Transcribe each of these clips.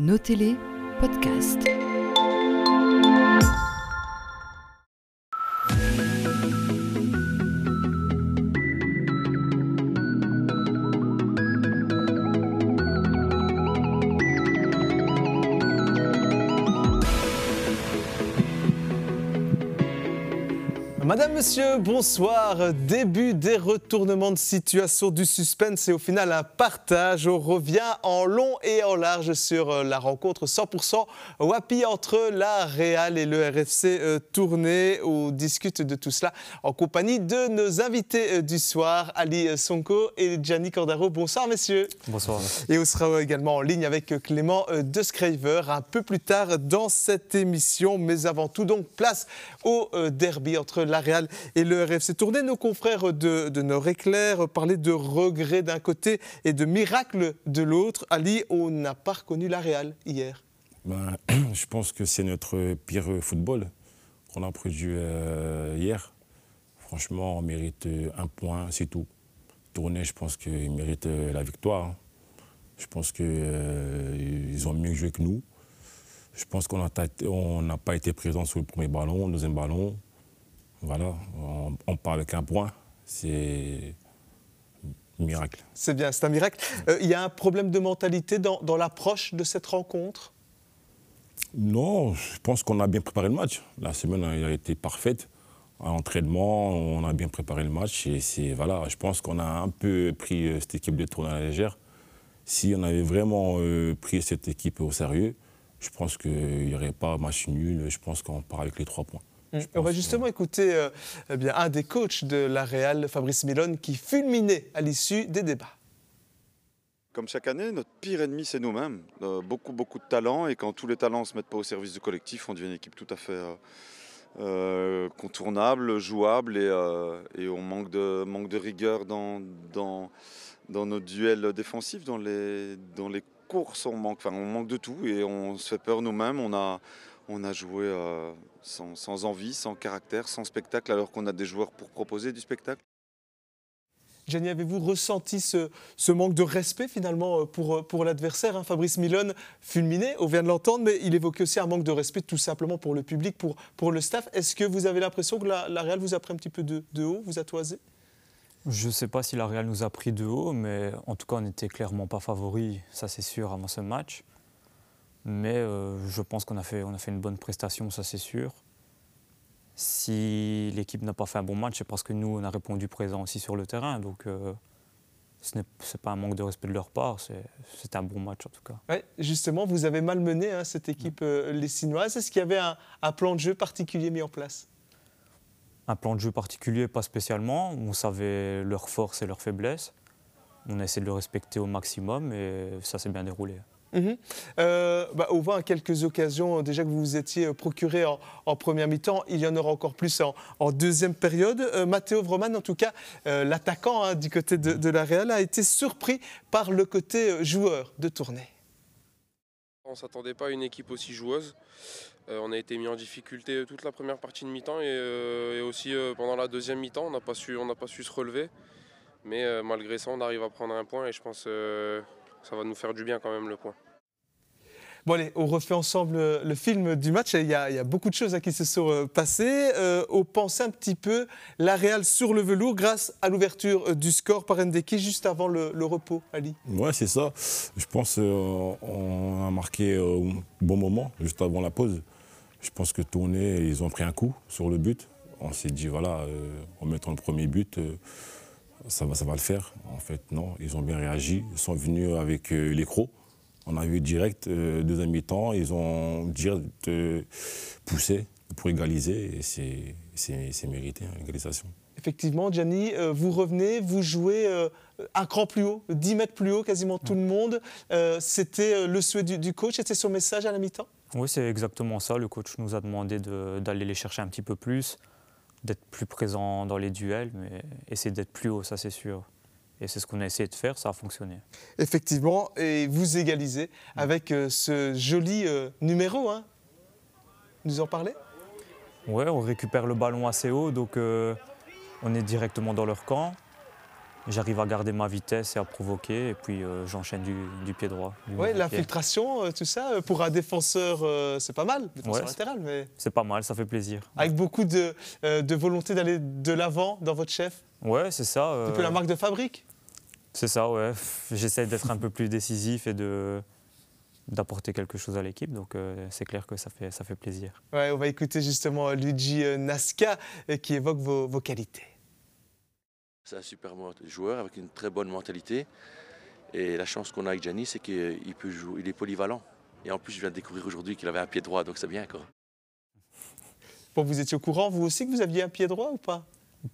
Nos Télé Podcast. Madame, monsieur, bonsoir. Début des retournements de situation, du suspense et au final un partage. On revient en long et en large sur la rencontre 100% Wapi entre la Real et le RFC Tournai. On discute de tout cela en compagnie de nos invités du soir, Ali Sonko et Gianni Cordaro. Bonsoir, messieurs. Bonsoir. Et on sera également en ligne avec Clément de Schrijver un peu plus tard dans cette émission. Mais avant tout, donc, place au derby entre la Real et le RFC Tournai. Nos confrères de Nord Éclair parlaient de regrets d'un côté et de miracles de l'autre. Ali, on n'a pas reconnu la Real hier. Je pense que c'est notre pire football qu'on a produit hier. Franchement, on mérite un point, c'est tout. Tournai, je pense qu'ils méritent la victoire. Je pense qu'ils ont mieux joué que nous. Je pense qu'on n'a pas été présent sur le premier ballon, le deuxième ballon. Voilà, on part avec un point, c'est un miracle. C'est bien, c'est un miracle. Il y a un problème de mentalité dans l'approche de cette rencontre? Non, je pense qu'on a bien préparé le match. La semaine a été parfaite. À l'entraînement, on a bien préparé le match. Et voilà, je pense qu'on a un peu pris cette équipe de Tournai à la légère. Si on avait vraiment pris cette équipe au sérieux, je pense qu'il n'y aurait pas match nul. Je pense qu'on part avec les 3 points. On va justement écouter un des coachs de la Real, Fabrice Milone, qui fulminait à l'issue des débats. Comme chaque année, notre pire ennemi, c'est nous-mêmes. Beaucoup de talent, et quand tous les talents ne se mettent pas au service du collectif, on devient une équipe tout à fait contournable, jouable, et on manque de rigueur dans nos duels défensifs, dans les courses, on manque de tout, et on se fait peur nous-mêmes. On a joué sans envie, sans caractère, sans spectacle, alors qu'on a des joueurs pour proposer du spectacle. Gianni, avez-vous ressenti ce manque de respect finalement pour l'adversaire, Fabrice Milone fulminé, on vient de l'entendre, mais il évoquait aussi un manque de respect tout simplement pour le public, pour le staff. Est-ce que vous avez l'impression que la Real vous a pris un petit peu de haut, vous a toisé? Je ne sais pas si la Real nous a pris de haut, mais en tout cas, on n'était clairement pas favoris, ça c'est sûr, avant ce match. Mais je pense qu'on a fait une bonne prestation, ça c'est sûr. Si l'équipe n'a pas fait un bon match, c'est parce que nous, on a répondu présent aussi sur le terrain. Donc ce n'est pas un manque de respect de leur part, c'est un bon match en tout cas. Ouais, justement, vous avez malmené cette équipe lessinoise. Est-ce qu'il y avait un plan de jeu particulier mis en place? Un plan de jeu particulier, pas spécialement. On savait leurs forces et leurs faiblesses. On a essayé de le respecter au maximum et ça s'est bien déroulé. On voit à quelques occasions déjà que vous vous étiez procuré en première mi-temps. Il y en aura encore plus en deuxième période. Matteo Vroman, en tout cas, l'attaquant du côté de la Real, a été surpris par le côté joueur de Tournai. On ne s'attendait pas à une équipe aussi joueuse. On a été mis en difficulté toute la première partie de mi-temps et aussi pendant la deuxième mi-temps, on n'a pas su se relever. Mais malgré ça, on arrive à prendre un point et je pense ça va nous faire du bien quand même le point. Bon allez, on refait ensemble le film du match. Il y a beaucoup de choses qui se sont passées. On pensait un petit peu la Real sur le velours grâce à l'ouverture du score par Ndeki juste avant le repos, Ali. Ouais, c'est ça. Je pense qu'on a marqué au bon moment, juste avant la pause. Je pense que Tournai, ils ont pris un coup sur le but. On s'est dit, voilà, en mettant le premier but, ça va le faire. En fait, non, ils ont bien réagi. Ils sont venus avec les crocs. On a vu direct, deuxième mi-temps, ils ont direct poussé pour égaliser. Et c'est mérité, l'égalisation. Effectivement, Gianni, vous revenez, vous jouez un cran plus haut, 10 mètres plus haut, quasiment tout le monde. C'était le souhait du coach, c'était son message à la mi-temps? Oui, c'est exactement ça. Le coach nous a demandé d'aller les chercher un petit peu plus, d'être plus présent dans les duels, mais essayer d'être plus haut, ça c'est sûr. Et c'est ce qu'on a essayé de faire, ça a fonctionné. Effectivement, et vous égalisez avec ce joli numéro, Nous en parlez? Oui, on récupère le ballon assez haut, donc on est directement dans leur camp. j'arrive à garder ma vitesse et à provoquer, et puis j'enchaîne du pied droit. Oui, l'infiltration, tout ça, pour un défenseur, c'est pas mal, défenseur latéral. Mais... C'est pas mal, ça fait plaisir. Avec beaucoup de volonté d'aller de l'avant dans votre chef. Ouais, c'est ça. C'est un peu la marque de fabrique. C'est ça, ouais. J'essaie d'être un peu plus décisif et d'apporter quelque chose à l'équipe, donc c'est clair que ça fait plaisir. Ouais, on va écouter justement Luigi Nasca qui évoque vos qualités. C'est un super joueur avec une très bonne mentalité. Et la chance qu'on a avec Gianni, c'est qu'il peut jouer, il est polyvalent. Et en plus, je viens de découvrir aujourd'hui qu'il avait un pied droit, donc c'est bien, quoi. Bon, vous étiez au courant, vous aussi, que vous aviez un pied droit ou pas?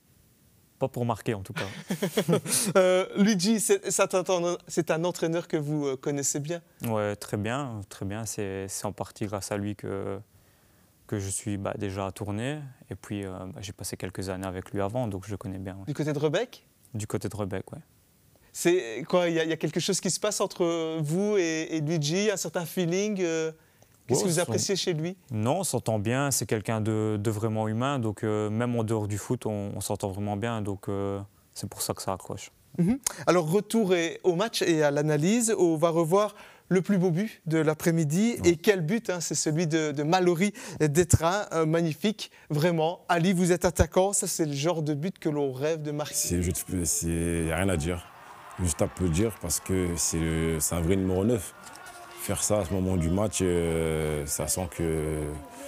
Pas pour marquer, en tout cas. Luigi, c'est un entraîneur que vous connaissez bien? Ouais, très bien, très bien. C'est en partie grâce à lui que je suis déjà tourné. Et puis, j'ai passé quelques années avec lui avant, donc je le connais bien. Ouais. Du côté de Rebec? Du côté de Rebec, oui. C'est quoi, il y a quelque chose qui se passe entre vous et Luigi, un certain feeling qu'est-ce que vous appréciez chez lui? Non, on s'entend bien, c'est quelqu'un de vraiment humain, donc même en dehors du foot, on s'entend vraiment bien, donc c'est pour ça que ça accroche. Alors, retour au match et à l'analyse, on va revoir le plus beau but de l'après-midi. Et quel but, hein, c'est celui de Mallory d'Étreint, magnifique, vraiment. Ali, vous êtes attaquant, ça c'est le genre de but que l'on rêve de marquer. Il n'y a rien à dire, juste à peu dire parce que c'est un vrai numéro 9. Faire ça à ce moment du match, ça sent que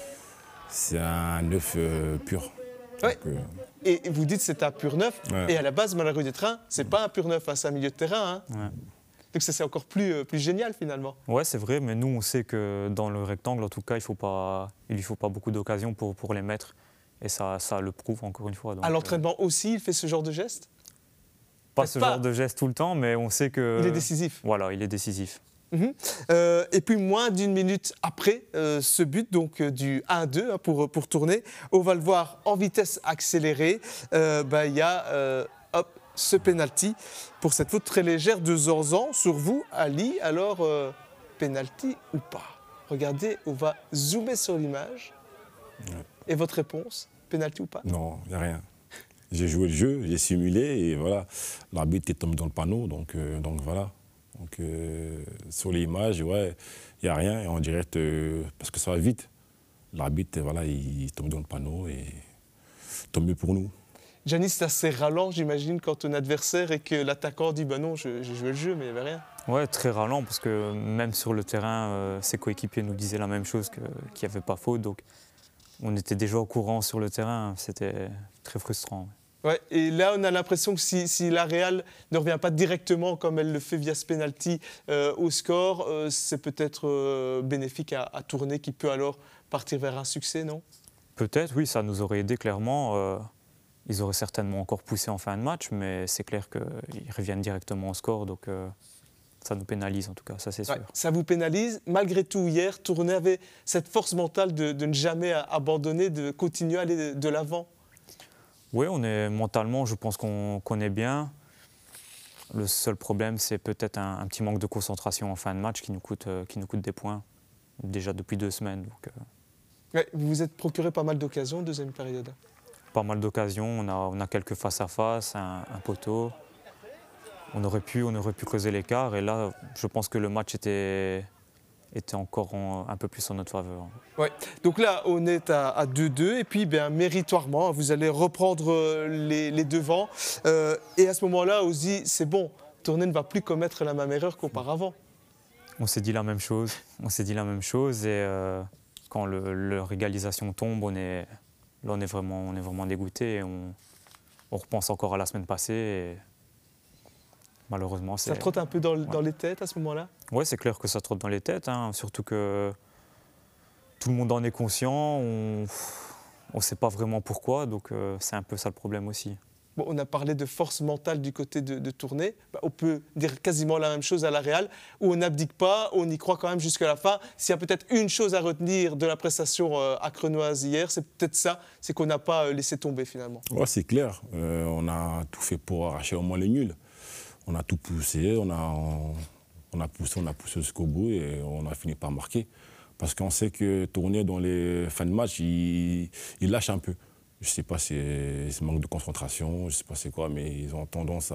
c'est un 9 pur. Ouais. Et vous dites que c'est un pur neuf, et à la base, Mallory d'Étreint, c'est pas un pur neuf, hein, c'est un milieu de terrain. Hein. Ouais. Donc ça, c'est encore plus génial finalement. Ouais, c'est vrai, mais nous, on sait que dans le rectangle, en tout cas, il lui faut pas beaucoup d'occasions pour les mettre. Et ça le prouve encore une fois. Donc, à l'entraînement aussi, il fait ce genre de geste? Pas ce genre de geste tout le temps, mais on sait que... Il est décisif. Voilà, il est décisif. Et puis moins d'une minute après ce but, donc du 1-2 pour tourner, on va le voir en vitesse accélérée. Il y a ce penalty pour cette faute très légère de Zorzan sur vous, Ali. Alors, penalty ou pas? Regardez, on va zoomer sur l'image. Ouais. Et votre réponse, penalty ou pas? Non, il n'y a rien. J'ai joué le jeu, j'ai simulé et voilà, l'arbitre est tombé dans le panneau, donc voilà. Donc sur l'image, ouais, il n'y a rien et en direct, parce que ça va vite. L'arbitre, voilà, il tombe dans le panneau et tant mieux pour nous. Gianni, c'est assez ralent, j'imagine, quand on est adversaire et que l'attaquant dit non, j'ai joué le jeu, mais il n'y avait rien. Ouais, très ralent, parce que même sur le terrain, ses coéquipiers nous disaient la même chose, qu'il n'y avait pas faute. Donc on était déjà au courant sur le terrain, c'était très frustrant. Ouais, et là, on a l'impression que si la Real ne revient pas directement, comme elle le fait via ce penalty, au score, c'est peut-être bénéfique à tourner, qui peut alors partir vers un succès, non? Peut-être, oui, ça nous aurait aidé clairement. Ils auraient certainement encore poussé en fin de match, mais c'est clair qu'ils reviennent directement au score, donc ça nous pénalise en tout cas, ça c'est sûr. Ouais, ça vous pénalise. Malgré tout, hier, Tourné avait cette force mentale de ne jamais abandonner, de continuer à aller de l'avant. Oui, mentalement, je pense qu'on est bien. Le seul problème, c'est peut-être un petit manque de concentration en fin de match qui nous coûte des points, déjà depuis 2 semaines. Donc, ouais, vous vous êtes procuré pas mal d'occasions, deuxième période. Pas mal d'occasions, on a quelques face-à-face, un poteau. On aurait pu creuser l'écart et là, je pense que le match était encore un peu plus en notre faveur. Ouais. Donc là, on est à 2-2 et puis méritoirement, vous allez reprendre les devants. Et à ce moment-là, on se dit, c'est bon, Tourné ne va plus commettre la même erreur qu'auparavant. On s'est dit la même chose. Et quand leur égalisation tombe, on est vraiment dégoûté. Et on repense encore à la semaine passée. Et malheureusement, ça trotte un peu dans les têtes à ce moment-là? Oui, c'est clair que ça trotte dans les têtes, hein, surtout que tout le monde en est conscient, on ne sait pas vraiment pourquoi, donc c'est un peu ça le problème aussi. Bon, on a parlé de force mentale du côté de Tourné, on peut dire quasiment la même chose à la Real, où on n'abdique pas, on y croit quand même jusqu'à la fin. S'il y a peut-être une chose à retenir de la prestation acrenoise hier, c'est peut-être ça, c'est qu'on n'a pas laissé tomber finalement. Ouais, c'est clair, on a tout fait pour arracher au moins les nuls. On a tout poussé, on a poussé jusqu'au bout et on a fini par marquer. Parce qu'on sait que Tourné, dans les fins de match, il lâche un peu. Je ne sais pas si c'est manque de concentration, je ne sais pas c'est quoi, mais ils ont tendance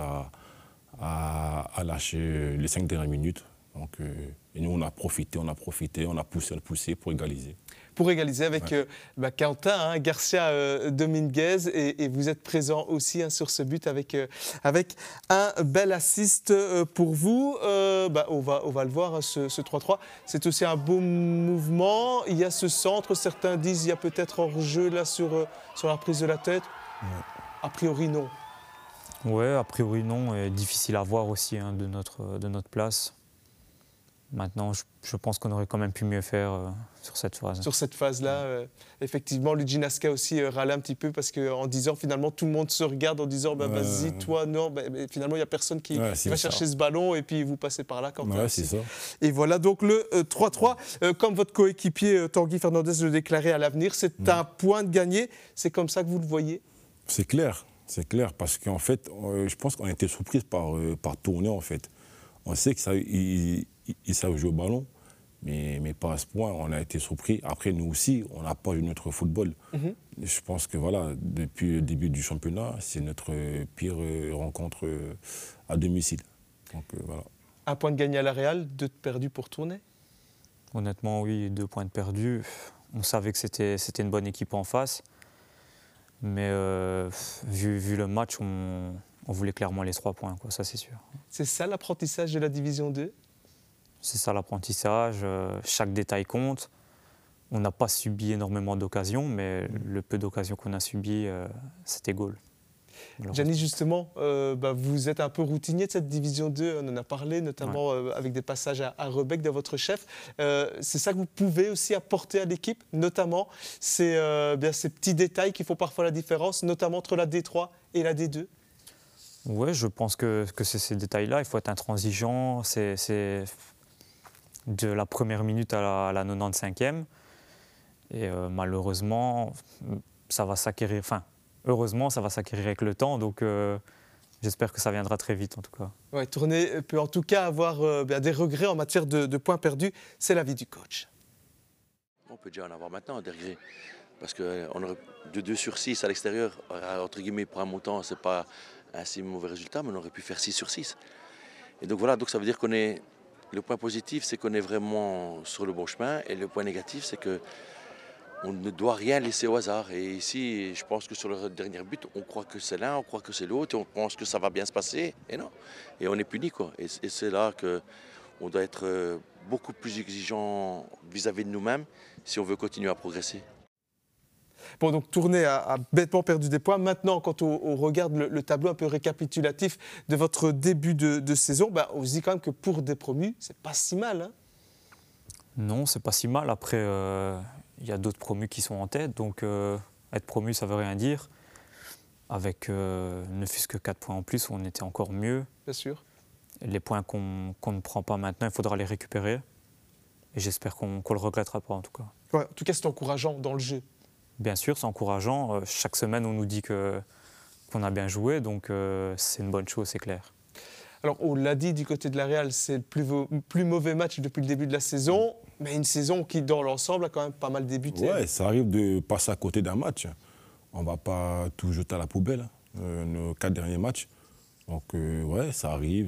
à lâcher les 5 dernières minutes. Donc, et nous, on a profité, on a poussé pour égaliser. Pour égaliser avec Quentin Garcia Dominguez, et vous êtes présent aussi sur ce but avec un bel assist pour vous. On va le voir, ce 3-3. C'est aussi un beau mouvement. Il y a ce centre, certains disent qu'il y a peut-être hors-jeu là sur la prise de la tête. Ouais. A priori, non. Oui, a priori, non. Et difficile à voir aussi de notre place. Maintenant, je pense qu'on aurait quand même pu mieux faire sur cette phase. Sur cette phase-là, effectivement, Luigi Nasca aussi râlait un petit peu parce qu'en disant finalement tout le monde se regarde en disant vas-y, toi, non, mais finalement il n'y a personne qui va chercher ce ballon et puis vous passez par là quand même. C'est ça. Et voilà donc le 3-3. Comme votre coéquipier Tanguy Fernandez le déclarait à l'avenir, c'est un point de gagné. C'est comme ça que vous le voyez? C'est clair parce qu'en fait, je pense qu'on a été surpris par Tournai en fait. On sait qu'ils savent jouer au ballon, mais pas à ce point. On a été surpris. Après, nous aussi, on n'a pas eu notre football. Je pense que voilà, depuis le début du championnat, c'est notre pire rencontre à domicile. Donc, voilà. Un point de gagné à la Real, 2 de perdus pour Tournai? Honnêtement, oui, 2 points de perdus. On savait que c'était une bonne équipe en face. Mais vu le match, on voulait clairement les 3 points, quoi, ça c'est sûr. C'est ça l'apprentissage de la Division 2? C'est ça l'apprentissage, chaque détail compte. On n'a pas subi énormément d'occasions, mais le peu d'occasions qu'on a subies, c'était goal. Gianni, justement, vous êtes un peu routinier de cette Division 2, on en a parlé, notamment avec des passages à Rebec de votre chef. C'est ça que vous pouvez aussi apporter à l'équipe, notamment ces petits détails qui font parfois la différence, notamment entre la D3 et la D2? Oui, je pense que c'est ces détails-là. Il faut être intransigeant. C'est de la première minute à la 95e. Et malheureusement, ça va s'acquérir. Enfin, heureusement, ça va s'acquérir avec le temps. Donc, j'espère que ça viendra très vite, en tout cas. Ouais, Tournai peut en tout cas avoir des regrets en matière de points perdus. C'est l'avis du coach. On peut déjà en avoir maintenant, des regrets. Parce que de 2 sur 6 à l'extérieur, entre guillemets, pour un montant, c'est pas un si mauvais résultat, mais on aurait pu faire 6 sur 6. Et donc voilà, donc ça veut dire qu'on est... Le point positif, c'est qu'on est vraiment sur le bon chemin. Et le point négatif, c'est qu'on ne doit rien laisser au hasard. Et ici, je pense que sur le dernier but, on croit que c'est l'un, on croit que c'est l'autre, et on pense que ça va bien se passer. Et non. Et on est puni, quoi. Et c'est là qu'on doit être beaucoup plus exigeant vis-à-vis de nous-mêmes si on veut continuer à progresser. Bon, donc Tournai a bêtement perdu des points. Maintenant, quand on regarde le tableau un peu récapitulatif de votre début de saison, on se dit quand même que pour des promus, c'est pas si mal. Hein? Non, c'est pas si mal. Après, y a d'autres promus qui sont en tête. Donc, être promu, ça veut rien dire. Avec ne fût-ce que 4 points en plus, on était encore mieux. Bien sûr. Et les points qu'on ne prend pas maintenant, il faudra les récupérer. Et j'espère qu'on ne le regrettera pas, en tout cas. Ouais, en tout cas, c'est encourageant dans le jeu. Bien sûr, c'est encourageant. Chaque semaine, on nous dit qu'on a bien joué, donc c'est une bonne chose, c'est clair. Alors, on l'a dit, du côté de la Real, c'est le plus mauvais match depuis le début de la saison, mais une saison qui, dans l'ensemble, a quand même pas mal débuté. Oui, ça arrive de passer à côté d'un match. On ne va pas tout jeter à la poubelle, nos 4 derniers matchs. Donc, ça arrive.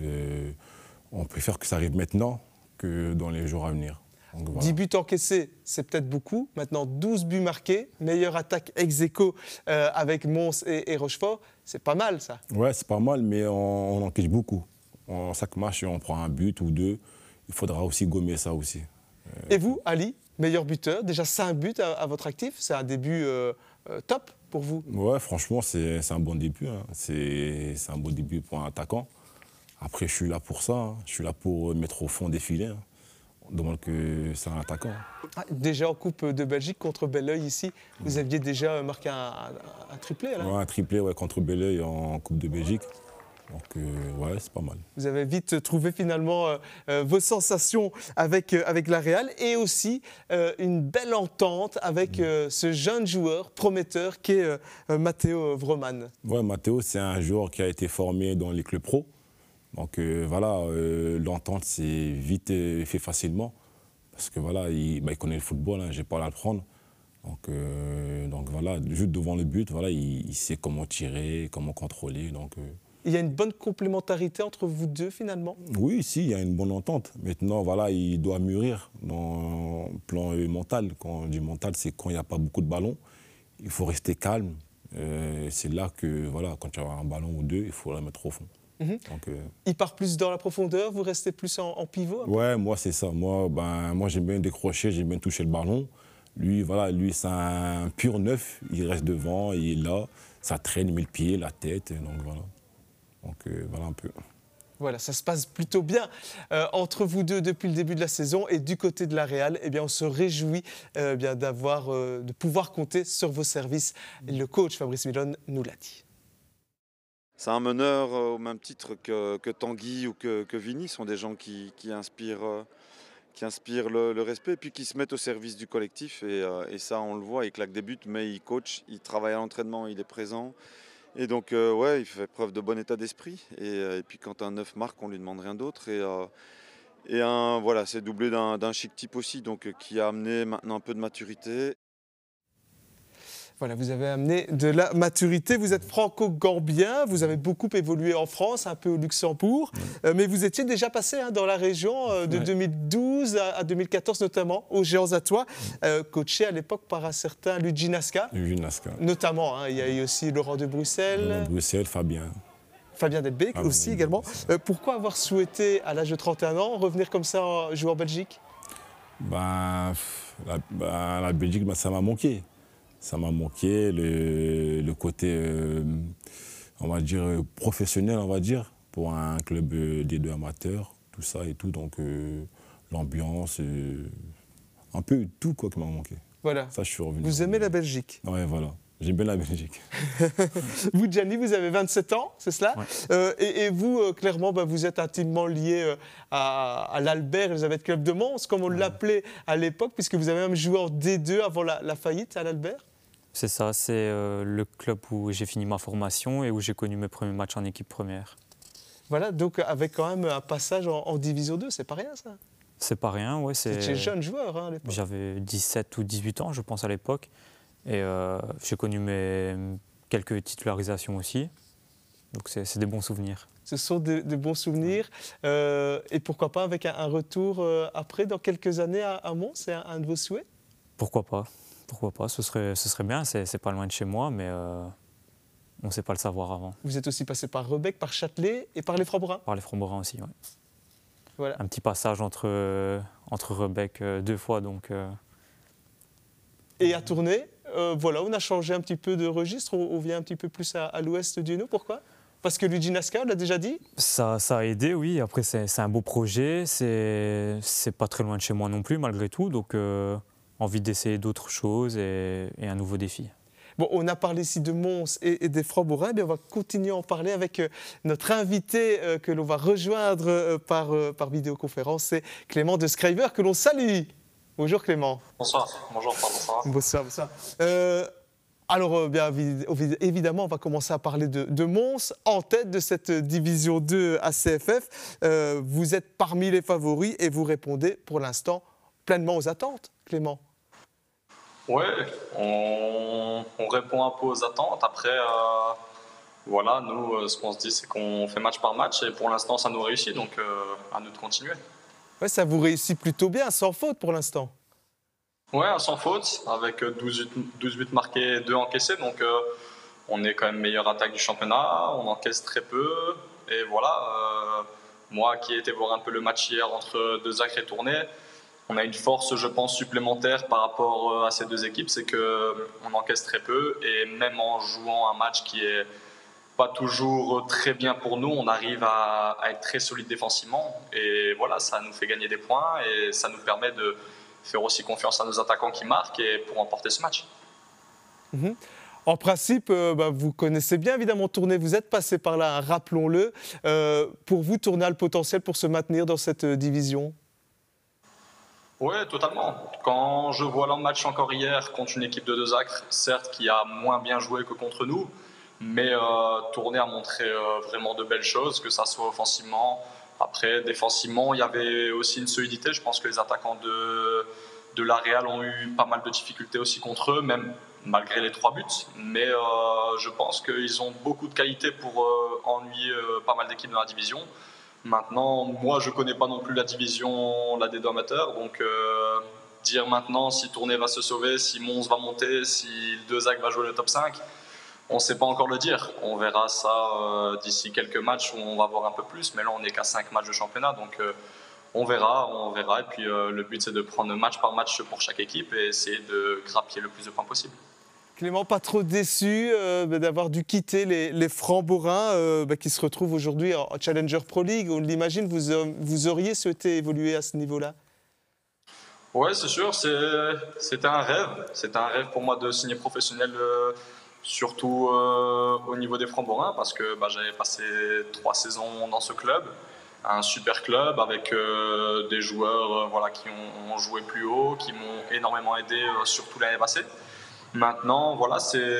On préfère que ça arrive maintenant que dans les jours à venir. Donc, voilà. 10 buts encaissés, c'est peut-être beaucoup. Maintenant, 12 buts marqués, meilleure attaque ex-aequo avec Mons et Rochefort. C'est pas mal, ça. Oui, c'est pas mal, mais on encaisse beaucoup. Chaque match, on prend un but ou 2. Il faudra aussi gommer ça aussi. Et vous, Ali, meilleur buteur, déjà 5 buts à votre actif. C'est un début top pour vous? Oui, franchement, c'est un bon début. Hein. C'est un bon début pour un attaquant. Après, je suis là pour ça. Hein. Je suis là pour mettre au fond des filets. Hein. On demande que c'est un attaquant. Déjà en Coupe de Belgique contre Belleuil ici, vous aviez déjà marqué un triplé là? Ouais, un triplé contre Belleuil en Coupe de Belgique. Donc c'est pas mal. Vous avez vite trouvé finalement vos sensations avec la Real et aussi une belle entente avec ce jeune joueur prometteur qui est Matteo Vroman. Ouais, Matteo, c'est un joueur qui a été formé dans les clubs pro. Donc l'entente s'est vite fait facilement parce que il connaît le football, hein, j'ai pas à l'apprendre. Donc voilà, juste devant le but, voilà, il sait comment tirer, comment contrôler. Il y a une bonne complémentarité entre vous deux finalement? Oui, si, il y a une bonne entente. Maintenant, voilà, il doit mûrir dans le plan mental. Quand on dit mental, c'est quand il n'y a pas beaucoup de ballons. Il faut rester calme. C'est là que, voilà, quand tu as un ballon ou deux, il faut la mettre au fond. Il part plus dans la profondeur, vous restez plus en pivot? Ouais, moi c'est ça. Moi j'aime bien décrocher, j'aime bien toucher le ballon. Lui c'est un pur neuf. Il reste devant, il est là. Ça traîne, il met le pied, la tête. Voilà un peu. Voilà, ça se passe plutôt bien entre vous deux depuis le début de la saison. Et du côté de la Real, eh bien, on se réjouit de pouvoir compter sur vos services. Et le coach Fabrice Milone nous l'a dit. C'est un meneur au même titre que Tanguy ou que Vini. Ce sont des gens qui inspirent le respect et puis qui se mettent au service du collectif. Et ça, on le voit, il claque des buts, mais il coach, il travaille à l'entraînement, il est présent. Et donc, il fait preuve de bon état d'esprit. Et puis, quand un neuf marque, on ne lui demande rien d'autre. C'est doublé d'un chic type aussi, donc qui a amené maintenant un peu de maturité. Voilà, vous avez amené de la maturité. Vous êtes franco-gambien, vous avez beaucoup évolué en France, un peu au Luxembourg, mais vous étiez déjà passé dans la région de 2012 à 2014 notamment, aux Géants Atois, coaché à l'époque par un certain Luigi Nasca. Luigi Nasca. Notamment, il y a eu aussi Laurent de Bruxelles. Laurent de Bruxelles, Fabien Delbecq aussi également. Pourquoi avoir souhaité, à l'âge de 31 ans, revenir comme ça jouer en Belgique? La Belgique, ça m'a manqué. Ça m'a manqué le côté, on va dire, professionnel, on va dire, pour un club des deux amateurs, tout ça et tout. Donc, l'ambiance, un peu tout quoi qui m'a manqué. Voilà. Ça, je suis revenu. Vous aimez la Belgique? Oui, voilà. J'aime bien la Belgique. Vous, Gianni, vous avez 27 ans, c'est cela? Ouais. Et vous, clairement, vous êtes intimement lié à l'Albert Elizabeth Club de Mons, comme on l'appelait à l'époque, puisque vous avez même joué en D2 avant la faillite à l'Albert? C'est ça, c'est le club où j'ai fini ma formation et où j'ai connu mes premiers matchs en équipe première. Voilà, donc avec quand même un passage en Division 2, c'est pas rien ça? C'est pas rien, ouais. Vous étiez jeune joueur à l'époque. J'avais 17 ou 18 ans, je pense, à l'époque. Et j'ai connu quelques titularisations aussi. Donc c'est des bons souvenirs. Ce sont des bons souvenirs. Et pourquoi pas avec un retour après, dans quelques années à Mons? C'est un de vos souhaits? Pourquoi pas? Pourquoi pas? Ce serait bien. C'est pas loin de chez moi, mais on ne sait pas le savoir avant. Vous êtes aussi passé par Rebec, par Châtelet et par les Francs-Bruns? Par les Francs-Bruns aussi, oui. Voilà. Un petit passage entre Rebec 2 fois, donc... Et à Tournai, on a changé un petit peu de registre, on vient un petit peu plus à l'ouest du nous. Pourquoi? Parce que Luigi Nasca l'a déjà dit? Ça a aidé, oui. Après, c'est un beau projet, c'est pas très loin de chez moi non plus, malgré tout. Donc, envie d'essayer d'autres choses et un nouveau défi. Bon, on a parlé ici de Mons et des Francs-Bruns, on va continuer à en parler avec notre invité que l'on va rejoindre par vidéoconférence, c'est Clément de Scriber, que l'on salue. Bonjour Clément. Bonsoir, bonjour, bonsoir. Bonsoir. Alors, bien évidemment, on va commencer à parler de Mons, en tête de cette Division 2 ACFF. Vous êtes parmi les favoris et vous répondez pour l'instant pleinement aux attentes, Clément. Oui, on répond un peu aux attentes. Après, nous, ce qu'on se dit, c'est qu'on fait match par match et pour l'instant, ça nous réussit, donc à nous de continuer. Ouais, ça vous réussit plutôt bien, sans faute pour l'instant. Ouais, sans faute, avec 12 buts marqués et 2 encaissés. Donc, on est quand même meilleure attaque du championnat. On encaisse très peu. Et voilà, moi qui ai été voir un peu le match hier entre De Zacre et Tournai, on a une force, je pense, supplémentaire par rapport à ces deux équipes. C'est qu'on encaisse très peu. Et même en jouant un match qui est pas toujours très bien pour nous, on arrive à être très solide défensivement. Et voilà, ça nous fait gagner des points et ça nous permet de faire aussi confiance à nos attaquants qui marquent et pour remporter ce match. En principe, vous connaissez bien évidemment Tournai, vous êtes passé par là, rappelons-le. Pour vous, Tournai a le potentiel pour se maintenir dans cette division? Oui, totalement. Quand je vois leur match encore hier contre une équipe de De Zacre, certes qui a moins bien joué que contre nous, mais Tournai a montré vraiment de belles choses, que ça soit offensivement. Après, défensivement, il y avait aussi une solidité. Je pense que les attaquants de de la Real ont eu pas mal de difficultés aussi contre eux, même malgré les 3 buts. Mais je pense qu'ils ont beaucoup de qualité pour ennuyer pas mal d'équipes dans la division. Maintenant, moi, je ne connais pas non plus la division, la D2 amateur. Donc, dire maintenant si Tournai va se sauver, si Mons va monter, si le 2AC va jouer le top 5, on ne sait pas encore le dire. On verra ça d'ici quelques matchs où on va voir un peu plus. Mais là, on n'est qu'à 5 matchs de championnat. Donc, on verra. Et puis, le but, c'est de prendre match par match pour chaque équipe et essayer de grappiller le plus de points possible. Clément, pas trop déçu d'avoir dû quitter les Francs-Bourins qui se retrouvent aujourd'hui en Challenger Pro League. On l'imagine, vous auriez souhaité évoluer à ce niveau-là? Ouais, c'est sûr. C'était un rêve. C'était un rêve pour moi de signer professionnel, surtout au niveau des Francs-Bourins, parce que j'avais passé 3 saisons dans ce club. Un super club avec des joueurs qui ont joué plus haut, qui m'ont énormément aidé, surtout l'année passée. Maintenant, voilà,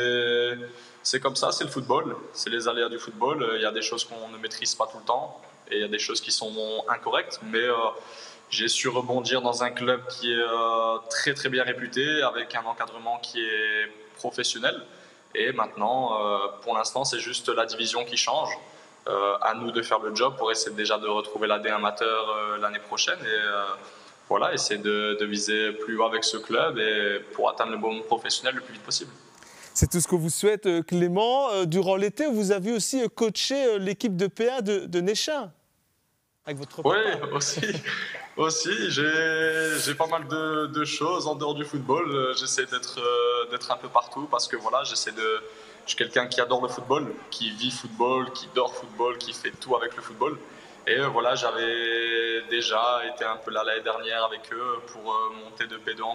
c'est comme ça, c'est le football, c'est les aléas du football. Il y a des choses qu'on ne maîtrise pas tout le temps et il y a des choses qui sont incorrectes. Mais j'ai su rebondir dans un club qui est très très bien réputé, avec un encadrement qui est professionnel. Et maintenant, pour l'instant, c'est juste la division qui change. À nous de faire le job pour essayer déjà de retrouver la D amateur l'année prochaine. Et voilà, essayer de viser plus haut avec ce club et pour atteindre le bon professionnel le plus vite possible. C'est tout ce qu'on vous souhaite, Clément. Durant l'été, vous avez aussi coaché l'équipe de PA de Néchin avec votre papa. Oui, aussi. J'ai pas mal de choses en dehors du football. J'essaie d'être un peu partout parce que voilà, je suis quelqu'un qui adore le football, qui vit football, qui dort football, qui fait tout avec le football. Et voilà, j'avais déjà été un peu là l'année dernière avec eux pour monter de P2 en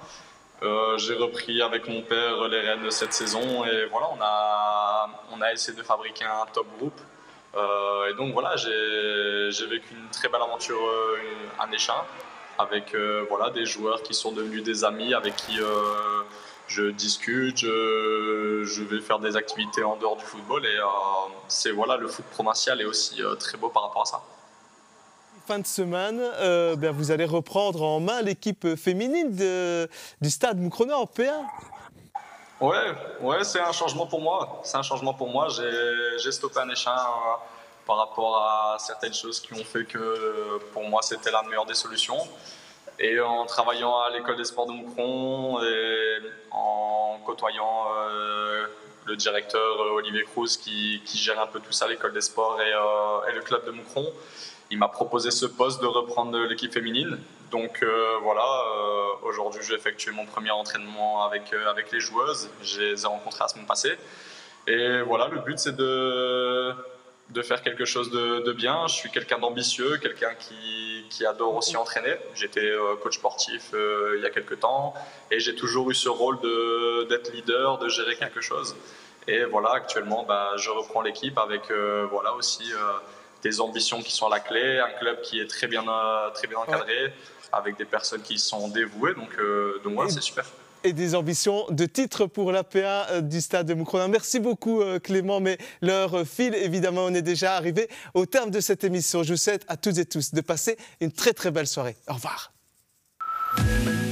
P1. J'ai repris avec mon père les rênes de cette saison et voilà, on a essayé de fabriquer un top groupe. Et donc voilà, j'ai vécu une très belle aventure à Néchin avec des joueurs qui sont devenus des amis, avec qui je discute, je vais faire des activités en dehors du football et le foot provincial est aussi très beau par rapport à ça. Fin de semaine, vous allez reprendre en main l'équipe féminine du Stade Moucronnet en P1. Ouais, c'est un changement pour moi. J'ai stoppé un échange par rapport à certaines choses qui ont fait que pour moi c'était la meilleure des solutions. Et en travaillant à l'école des sports de Moucron et en côtoyant le directeur Olivier Cruz qui gère un peu tout ça, l'école des sports et le club de Moucron, il m'a proposé ce poste de reprendre l'équipe féminine. Donc aujourd'hui j'ai effectué mon premier entraînement avec les joueuses. Je les ai rencontrées la semaine passée. Et voilà, le but c'est de faire quelque chose de bien. Je suis quelqu'un d'ambitieux, quelqu'un qui adore aussi entraîner. J'étais coach sportif il y a quelques temps et j'ai toujours eu ce rôle d'être leader, de gérer quelque chose. Et voilà, actuellement, je reprends l'équipe avec aussi des ambitions qui sont à la clé, un club qui est très bien encadré, avec des personnes qui sont dévouées. Donc voilà, c'est super. Et des ambitions de titre pour l'APA du Stade de Moucron. Merci beaucoup Clément, mais l'heure file. Évidemment, on est déjà arrivé au terme de cette émission. Je vous souhaite à toutes et tous de passer une très très belle soirée. Au revoir.